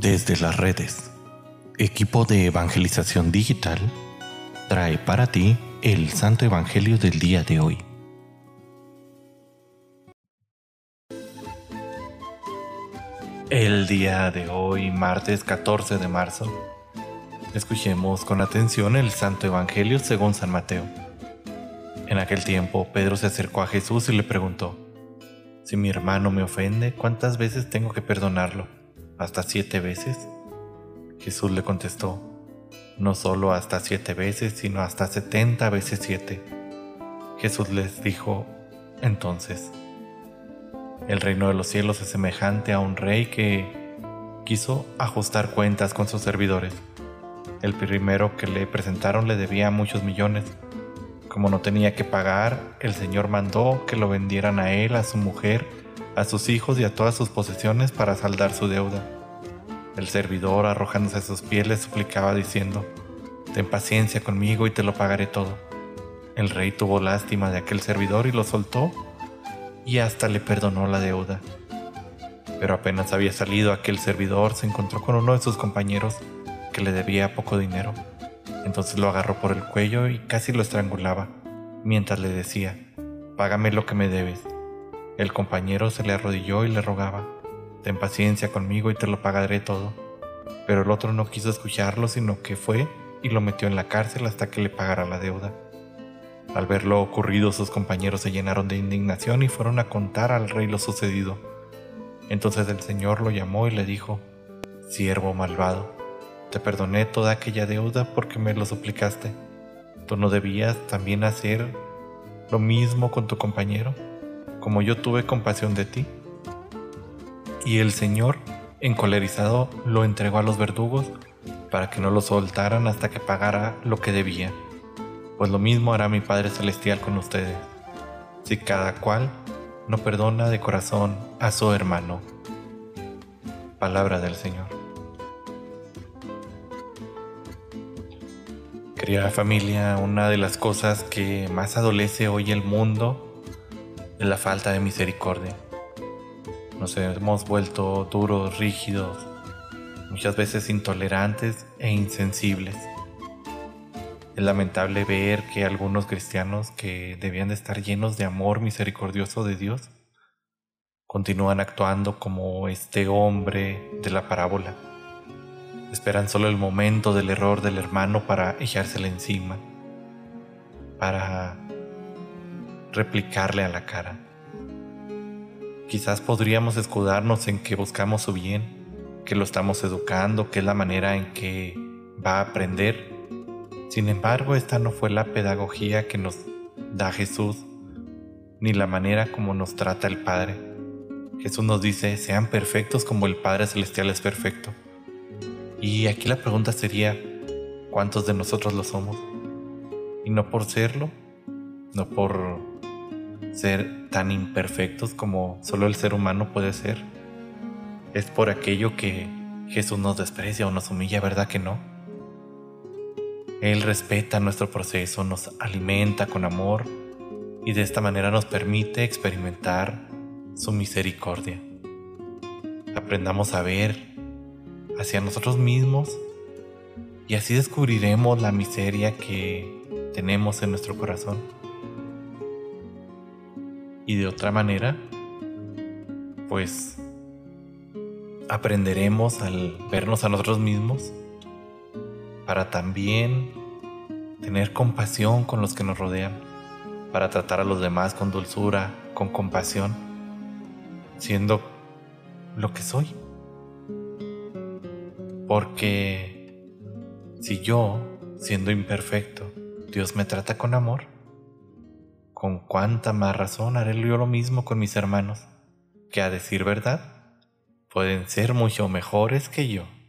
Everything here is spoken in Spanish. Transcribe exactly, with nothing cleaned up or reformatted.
Desde las redes, equipo de evangelización digital trae para ti el Santo Evangelio del día de hoy. El día de hoy, martes catorce de marzo, escuchemos con atención el Santo Evangelio según San Mateo. En aquel tiempo, Pedro se acercó a Jesús y le preguntó: «Si mi hermano me ofende, ¿cuántas veces tengo que perdonarlo? ¿Hasta siete veces?» Jesús le contestó: «No solo hasta siete veces, sino hasta setenta veces siete». Jesús les dijo entonces: «El reino de los cielos es semejante a un rey que quiso ajustar cuentas con sus servidores. El primero que le presentaron le debía muchos millones. Como no tenía que pagar, el Señor mandó que lo vendieran a él, a su mujer, a sus hijos y a todas sus posesiones para saldar su deuda. El servidor, arrojándose a sus pies, le suplicaba diciendo: «Ten paciencia conmigo y te lo pagaré todo». El rey tuvo lástima de aquel servidor y lo soltó y hasta le perdonó la deuda. Pero apenas había salido aquel servidor, se encontró con uno de sus compañeros que le debía poco dinero. Entonces lo agarró por el cuello y casi lo estrangulaba, mientras le decía: «Págame lo que me debes». El compañero se le arrodilló y le rogaba: «Ten paciencia conmigo y te lo pagaré todo». Pero el otro no quiso escucharlo, sino que fue y lo metió en la cárcel hasta que le pagara la deuda. Al ver lo ocurrido, sus compañeros se llenaron de indignación y fueron a contar al rey lo sucedido. Entonces el Señor lo llamó y le dijo: «Siervo malvado, te perdoné toda aquella deuda porque me lo suplicaste. ¿Tú no debías también hacer lo mismo con tu compañero, como yo tuve compasión de ti?» Y el Señor, encolerizado, lo entregó a los verdugos para que no lo soltaran hasta que pagara lo que debía. Pues lo mismo hará mi Padre Celestial con ustedes, si cada cual no perdona de corazón a su hermano». Palabra del Señor. Querida familia, una de las cosas que más adolece hoy el mundo es la falta de misericordia. Nos hemos vuelto duros, rígidos, muchas veces intolerantes e insensibles. Es lamentable ver que algunos cristianos que debían de estar llenos de amor misericordioso de Dios continúan actuando como este hombre de la parábola. Esperan solo el momento del error del hermano para echársele encima, para replicarle a la cara. Quizás podríamos escudarnos en que buscamos su bien, que lo estamos educando, que es la manera en que va a aprender. Sin embargo, esta no fue la pedagogía que nos da Jesús, ni la manera como nos trata el Padre. Jesús nos dice: «Sean perfectos como el Padre Celestial es perfecto». Y aquí la pregunta sería: ¿cuántos de nosotros lo somos? Y no por serlo, no por ser tan imperfectos como solo el ser humano puede ser, es por aquello que Jesús nos desprecia o nos humilla, ¿verdad que no? Él respeta nuestro proceso, nos alimenta con amor y de esta manera nos permite experimentar su misericordia. Aprendamos a ver hacia nosotros mismos y así descubriremos la miseria que tenemos en nuestro corazón. Y de otra manera, pues aprenderemos al vernos a nosotros mismos para también tener compasión con los que nos rodean, para tratar a los demás con dulzura, con compasión, siendo lo que soy. Porque si yo, siendo imperfecto, Dios me trata con amor, con cuánta más razón haré yo lo mismo con mis hermanos, que a decir verdad, pueden ser mucho mejores que yo.